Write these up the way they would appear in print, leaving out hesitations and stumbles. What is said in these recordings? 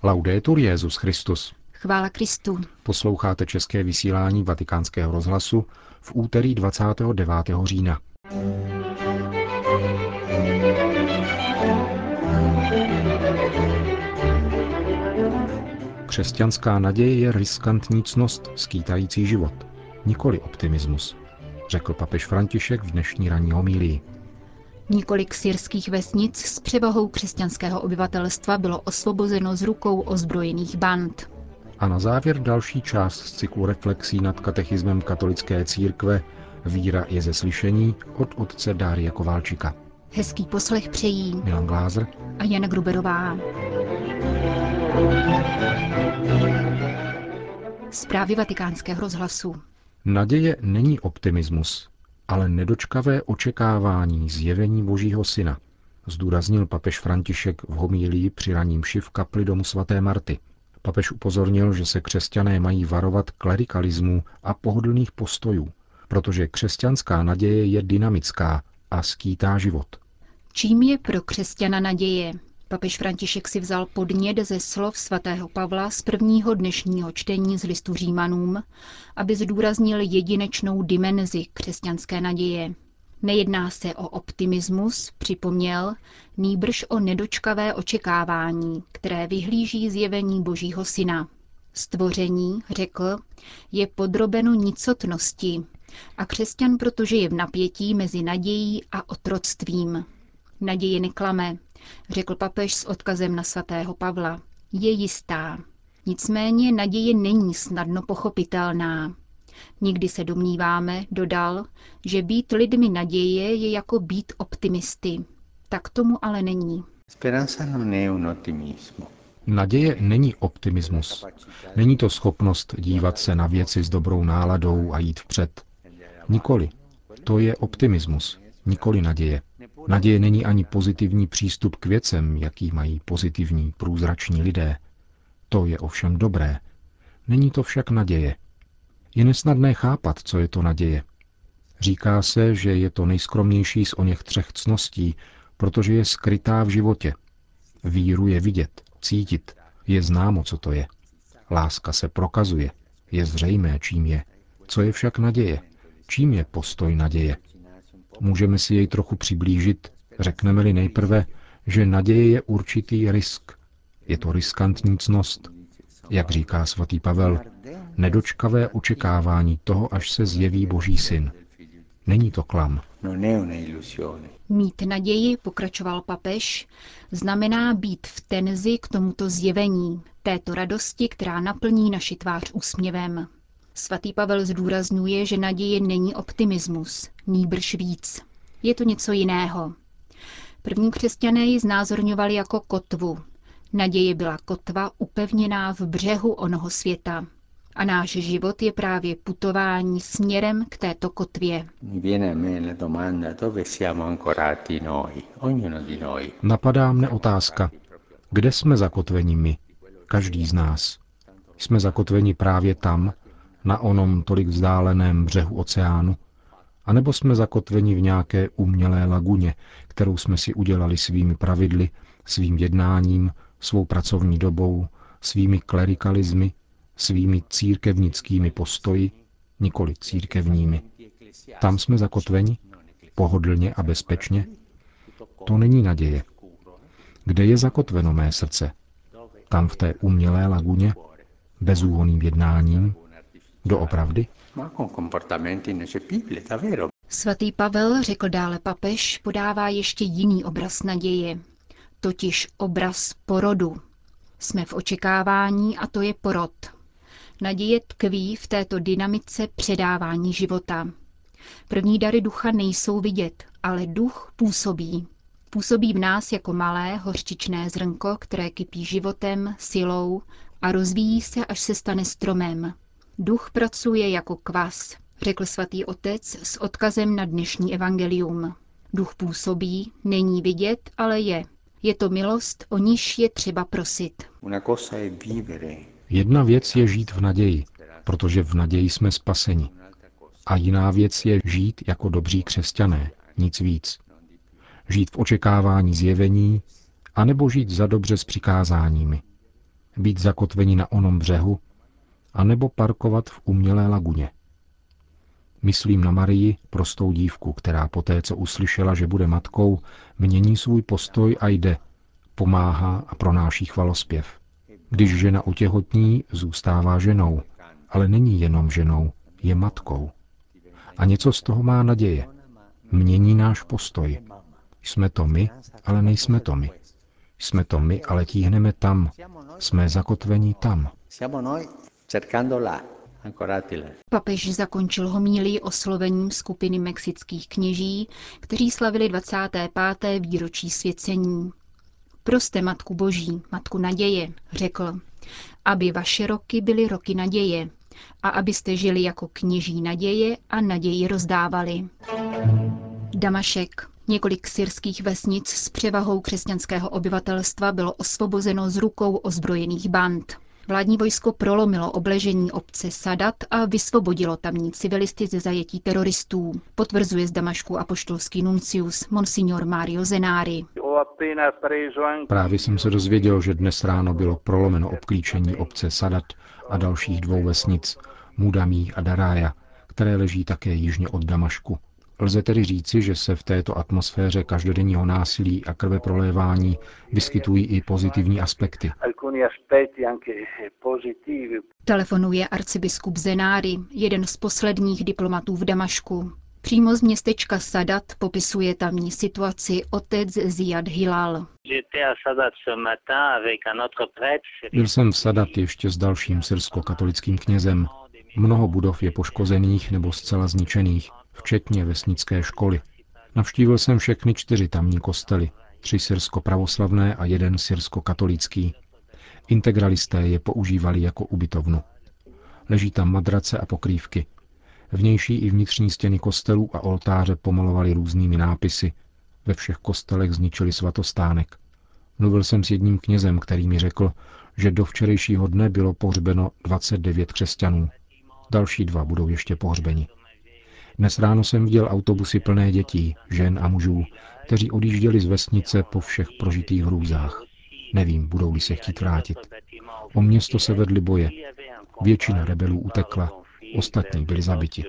Laudetur Jesus Christus. Chvála Kristu. Posloucháte české vysílání Vatikánského rozhlasu v úterý 29. října. Křesťanská naděje je riskantní ctnost skýtající život, nikoli optimismus, řekl papež František v dnešní ranní homílii. Několik syrských vesnic s převahou křesťanského obyvatelstva bylo osvobozeno z rukou ozbrojených band. A na závěr další část z cyklu reflexí nad katechismem katolické církve Víra je ze slyšení od otce Dária Kovalčika. Hezký poslech přejí Milan Glázer a Jana Gruberová. Zprávy Vatikánského rozhlasu. Naděje není optimismus, ale nedočkavé očekávání zjevení Božího Syna, zdůraznil papež František v homílii při raní mši v kapli domu svaté Marty. Papež upozornil, že se křesťané mají varovat klerikalismu a pohodlných postojů, protože křesťanská naděje je dynamická a skýtá život. Čím je pro křesťana naděje? Papež František si vzal podnět ze slov svatého Pavla z prvního dnešního čtení z listu Římanům, aby zdůraznil jedinečnou dimenzi křesťanské naděje. Nejedná se o optimismus, připomněl, nýbrž o nedočkavé očekávání, které vyhlíží zjevení Božího Syna. Stvoření, řekl, je podrobeno nicotnosti a křesťan protože je v napětí mezi nadějí a otroctvím. Naděje neklame, řekl papež s odkazem na svatého Pavla. Je jistá. Nicméně naděje není snadno pochopitelná. Někdy se domníváme, dodal, že být lidmi naděje je jako být optimisty. Tak tomu ale není. Naděje není optimismus. Není to schopnost dívat se na věci s dobrou náladou a jít vpřed. Nikoli. To je optimismus, nikoli naděje. Naděje není ani pozitivní přístup k věcem, jaký mají pozitivní, průzrační lidé. To je ovšem dobré. Není to však naděje. Je nesnadné chápat, co je to naděje. Říká se, že je to nejskromnější z oněch 3 ctností, protože je skrytá v životě. Víru je vidět, cítit, je známo, co to je. Láska se prokazuje, je zřejmé, čím je. Co je však naděje? Čím je postoj naděje? Můžeme si jej trochu přiblížit, řekneme-li nejprve, že naděje je určitý risk. Je to riskantní ctnost. Jak říká svatý Pavel, nedočkavé očekávání toho, až se zjeví Boží Syn. Není to klam. Mít naději, pokračoval papež, znamená být v tenzi k tomuto zjevení, této radosti, která naplní naši tvář úsměvem. Svatý Pavel zdůrazňuje, že naděje není optimismus, nýbrž víc. Je to něco jiného. První křesťané ji znázorňovali jako kotvu. Naděje byla kotva upevněná v břehu onoho světa. A náš život je právě putování směrem k této kotvě. Napadá mne otázka, kde jsme zakotveni my, každý z nás. Jsme zakotveni právě tam, na onom tolik vzdáleném břehu oceánu, anebo jsme zakotveni v nějaké umělé laguně, kterou jsme si udělali svými pravidly, svým jednáním, svou pracovní dobou, svými klerikalismy, svými církevnickými postoji, nikoli církevními. Tam jsme zakotveni, pohodlně a bezpečně. To není naděje. Kde je zakotveno mé srdce? Tam v té umělé laguně, bezúhonným jednáním, doopravdy? Svatý Pavel, řekl dále papež, podává ještě jiný obraz naděje, totiž obraz porodu. Jsme v očekávání a to je porod. Naděje tkví v této dynamice předávání života. První dary ducha nejsou vidět, ale duch působí. Působí v nás jako malé hořčičné zrnko, které kypí životem, silou a rozvíjí se, až se stane stromem. Duch pracuje jako kvas, řekl svatý otec s odkazem na dnešní evangelium. Duch působí, není vidět, ale je. Je to milost, o níž je třeba prosit. Jedna věc je žít v naději, protože v naději jsme spaseni. A jiná věc je žít jako dobří křesťané, nic víc. Žít v očekávání zjevení, anebo žít za dobře s přikázáními. být zakotveni na onom břehu, anebo parkovat v umělé laguně. Myslím na Marii, prostou dívku, která poté, co uslyšela, že bude matkou, mění svůj postoj a jde, pomáhá a pronáší chvalospěv. Když žena otěhotní, zůstává ženou, ale není jenom ženou, je matkou. A něco z toho má naděje. Mění náš postoj. Jsme to my, ale nejsme to my. Jsme to my, ale tíhneme tam. Jsme zakotveni tam. Papež zakončil homílii oslovením skupiny mexických kněží, kteří slavili 25. výročí svěcení. Proste Matku Boží, Matku naděje, řekl, aby vaše roky byly roky naděje a abyste žili jako kněží naděje a naději rozdávali. Damašek. Několik syrských vesnic s převahou křesťanského obyvatelstva bylo osvobozeno z rukou ozbrojených band. Vládní vojsko prolomilo obležení obce Sadat a vysvobodilo tamní civilisty ze zajetí teroristů, potvrzuje z Damašku apoštolský nuncius Monsignor Mario Zenari. Právě jsem se dozvěděl, že dnes ráno bylo prolomeno obklíčení obce Sadat a dalších 2 vesnic, Mudamí a Darája, které leží také jižně od Damašku. Lze tedy říci, že se v této atmosféře každodenního násilí a krveprolévání vyskytují i pozitivní aspekty. Telefonuje arcibiskup Zenari, jeden z posledních diplomatů v Damašku. Přímo z městečka Sadat popisuje tamní situaci otec Ziad Hilal. Byl jsem v Sadat ještě s dalším syrsko-katolickým knězem. Mnoho budov je poškozených nebo zcela zničených, včetně vesnické školy. Navštívil jsem všechny 4 tamní kostely, 3 syrsko-pravoslavné a 1 syrsko-katolický. Integralisté je používali jako ubytovnu. Leží tam madrace a pokrývky. Vnější i vnitřní stěny kostelů a oltáře pomalovali různými nápisy. Ve všech kostelech zničili svatostánek. Mluvil jsem s jedním knězem, který mi řekl, že do včerejšího dne bylo pohřbeno 29 křesťanů. Další 2 budou ještě pohřbeni. Dnes ráno jsem viděl autobusy plné dětí, žen a mužů, kteří odjížděli z vesnice po všech prožitých hrůzách. Nevím, budou-li se chtít vrátit. O město se vedly boje. Většina rebelů utekla, ostatní byli zabiti.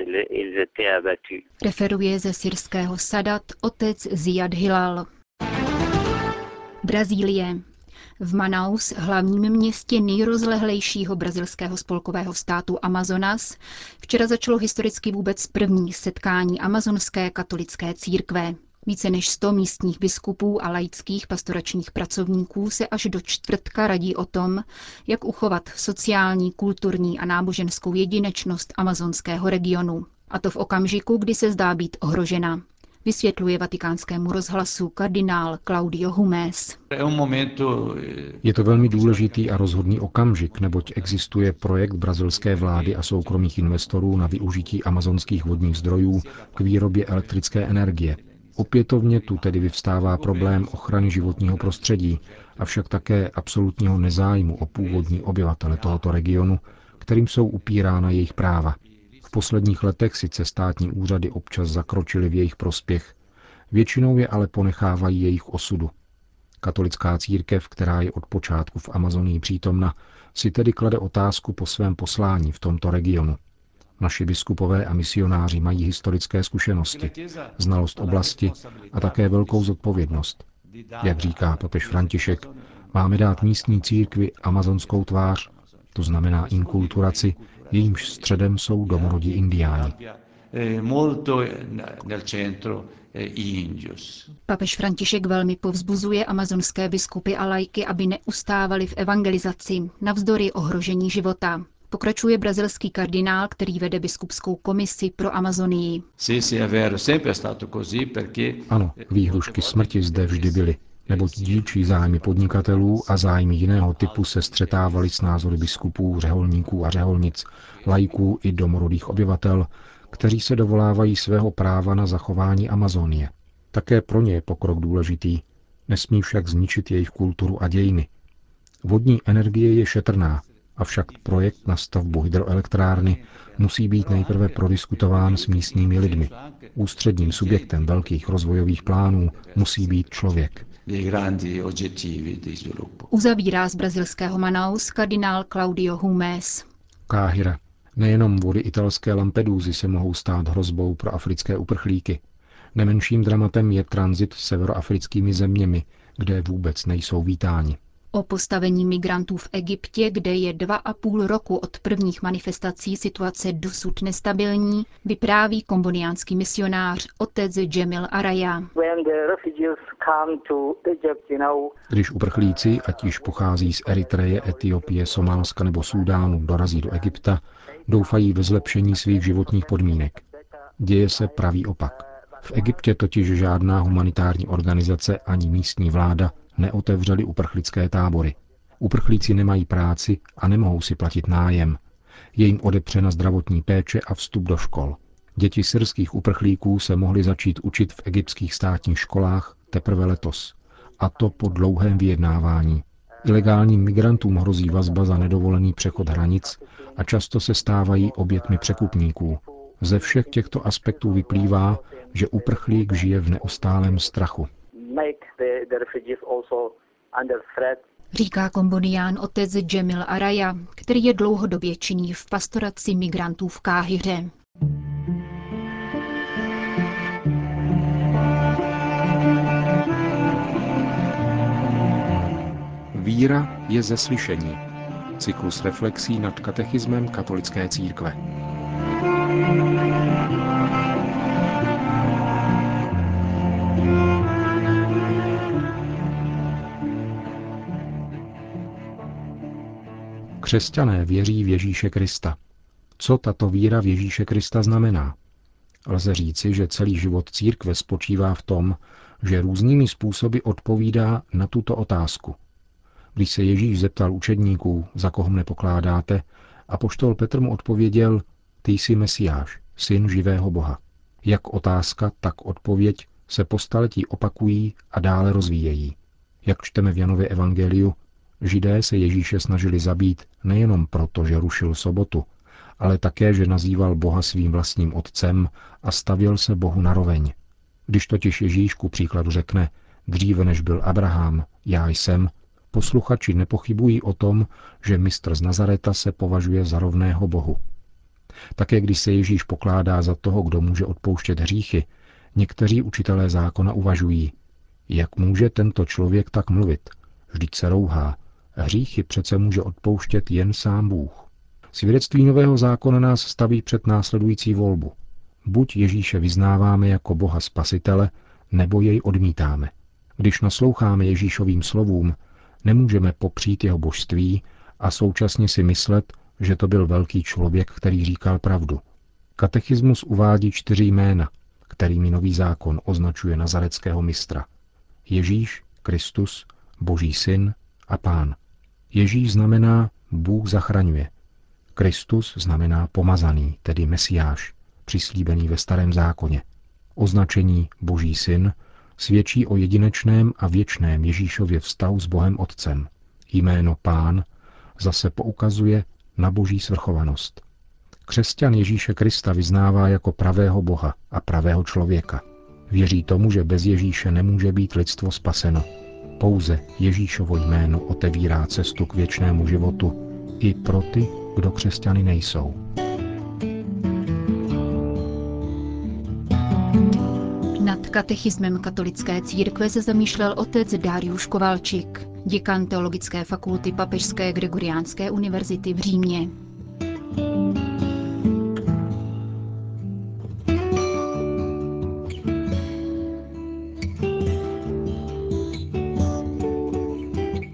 Referuje ze syrského Sadat otec Ziad Hilal. Brazílie. V Manaus, hlavním městě nejrozlehlejšího brazilského spolkového státu Amazonas, včera začalo historicky vůbec první setkání amazonské katolické církve. Více než 100 místních biskupů a laických pastoračních pracovníků se až do čtvrtka radí o tom, jak uchovat sociální, kulturní a náboženskou jedinečnost amazonského regionu. A to v okamžiku, kdy se zdá být ohrožena. Vysvětluje Vatikánskému rozhlasu kardinál Claudio Humés. Je to velmi důležitý a rozhodný okamžik, neboť existuje projekt brazilské vlády a soukromých investorů na využití amazonských vodních zdrojů k výrobě elektrické energie. Opětovně tu tedy vyvstává problém ochrany životního prostředí, avšak také absolutního nezájmu o původní obyvatele tohoto regionu, kterým jsou upírána jejich práva. V posledních letech sice státní úřady občas zakročily v jejich prospěch, většinou je ale ponechávají jejich osudu. Katolická církev, která je od počátku v Amazonii přítomna, si tedy klade otázku po svém poslání v tomto regionu. Naši biskupové a misionáři mají historické zkušenosti, znalost oblasti a také velkou zodpovědnost. Jak říká papež František, máme dát místní církvi amazonskou tvář, to znamená inkulturaci, jejímž středem jsou domorodí indiáni. Papež František velmi povzbuzuje amazonské biskupy a laiky, aby neustávali v evangelizaci navzdory ohrožení života. Pokračuje brazilský kardinál, který vede biskupskou komisi pro Amazonii. Ano, výhrušky smrti zde vždy byly, neboť dílčí zájmy podnikatelů a zájmy jiného typu se střetávaly s názory biskupů, řeholníků a řeholnic, laiků i domorodých obyvatel, kteří se dovolávají svého práva na zachování Amazonie. Také pro ně je pokrok důležitý, nesmí však zničit jejich kulturu a dějiny. Vodní energie je šetrná, avšak projekt na stavbu hydroelektrárny musí být nejprve prodiskutován s místními lidmi. Ústředním subjektem velkých rozvojových plánů musí být člověk. Uzavírá z brazilského Manaus kardinál Claudio Humés. Káhira. Nejenom vody italské Lampedusy se mohou stát hrozbou pro africké uprchlíky. Nemenším dramatem je tranzit severoafrickými zeměmi, kde vůbec nejsou vítáni. O postavení migrantů v Egyptě, kde je 2,5 roku od prvních manifestací situace dosud nestabilní, vypráví komboniánský misionář otec Džemil Araya. Když uprchlíci, ať již pochází z Eritreje, Etiopie, Somálska nebo Súdánu, dorazí do Egypta, doufají ve zlepšení svých životních podmínek. Děje se pravý opak. V Egyptě totiž žádná humanitární organizace ani místní vláda neotevřely uprchlické tábory. Uprchlíci nemají práci a nemohou si platit nájem. Je jim odepřena zdravotní péče a vstup do škol. Děti syrských uprchlíků se mohly začít učit v egyptských státních školách teprve letos. A to po dlouhém vyjednávání. Ilegálním migrantům hrozí vazba za nedovolený přechod hranic a často se stávají obětmi překupníků. Ze všech těchto aspektů vyplývá, že uprchlík žije v neustálém strachu. Říká kombonián otec Džemil Araya, který je dlouhodobě činný v pastoraci migrantů v Káhiře. Víra je ze slyšení. Cyklus reflexí nad katechismem katolické církve. Křesťané věří v Ježíše Krista. Co tato víra v Ježíše Krista znamená? Lze říci, že celý život církve spočívá v tom, že různými způsoby odpovídá na tuto otázku. Když se Ježíš zeptal učedníků, za koho mne pokládáte, apoštol Petr mu odpověděl, ty jsi Mesiáš, syn živého Boha. Jak otázka, tak odpověď se po staletí opakují a dále rozvíjejí. Jak čteme v Janově evangeliu, Židé se Ježíše snažili zabít nejenom proto, že rušil sobotu, ale také, že nazýval Boha svým vlastním otcem a stavěl se Bohu naroveň. Když totiž Ježíš ku příkladu řekne, dříve než byl Abraham, já jsem, posluchači nepochybují o tom, že mistr z Nazareta se považuje za rovného Bohu. Také když se Ježíš pokládá za toho, kdo může odpouštět hříchy, někteří učitelé zákona uvažují, jak může tento člověk tak mluvit, vždyť se rouhá, hříchy přece může odpouštět jen sám Bůh. Svědectví Nového zákona nás staví před následující volbu. Buď Ježíše vyznáváme jako Boha Spasitele, nebo jej odmítáme. Když nasloucháme Ježíšovým slovům, nemůžeme popřít jeho božství a současně si myslet, že to byl velký člověk, který říkal pravdu. Katechismus uvádí 4 jména, kterými Nový zákon označuje nazareckého mistra. Ježíš, Kristus, Boží syn a Pán. Ježíš znamená Bůh zachraňuje. Kristus znamená pomazaný, tedy Mesiáš, přislíbený ve Starém zákoně. Označení Boží syn svědčí o jedinečném a věčném Ježíšově vztahu s Bohem Otcem. Jméno Pán zase poukazuje na Boží svrchovanost. Křesťan Ježíše Krista vyznává jako pravého Boha a pravého člověka. Věří tomu, že bez Ježíše nemůže být lidstvo spaseno. Pouze Ježíšovo jméno otevírá cestu k věčnému životu i pro ty, kdo křesťany nejsou. Nad katechismem katolické církve se zamýšlel otec Dariusz Kovalčik, děkan Teologické fakulty Papežské Gregoriánské univerzity v Římě.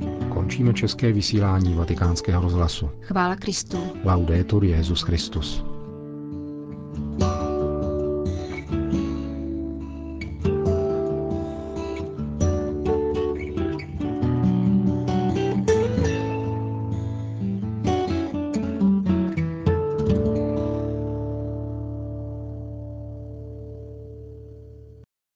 Končíme české vysílání Vatikánského rozhlasu. Chvála Kristu. Laudetur Jesus Christus.